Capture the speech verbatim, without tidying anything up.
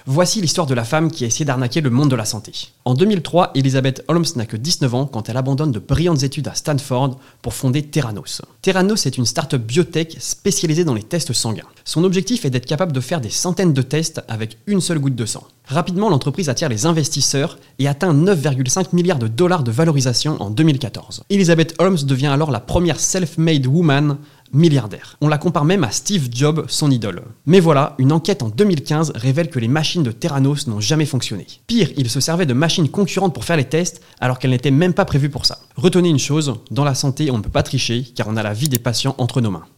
Voici l'histoire de la femme qui a essayé d'arnaquer le monde de la santé. En deux mille trois, Elizabeth Holmes n'a que dix-neuf ans quand elle abandonne de brillantes études à Stanford pour fonder Theranos. Theranos est une start-up biotech spécialisée dans les tests sanguins. Son objectif est d'être capable de faire des centaines de tests avec une seule goutte de sang. Rapidement, l'entreprise attire les investisseurs et atteint neuf virgule cinq milliards de dollars de valorisation en deux mille quatorze. Elizabeth Holmes devient alors la première self-made woman milliardaire. On la compare même à Steve Jobs, son idole. Mais voilà, une enquête en deux mille quinze révèle que les machines de Theranos n'ont jamais fonctionné. Pire, ils se servaient de machines concurrentes pour faire les tests, alors qu'elles n'étaient même pas prévues pour ça. Retenez une chose, dans la santé, on ne peut pas tricher, car on a la vie des patients entre nos mains.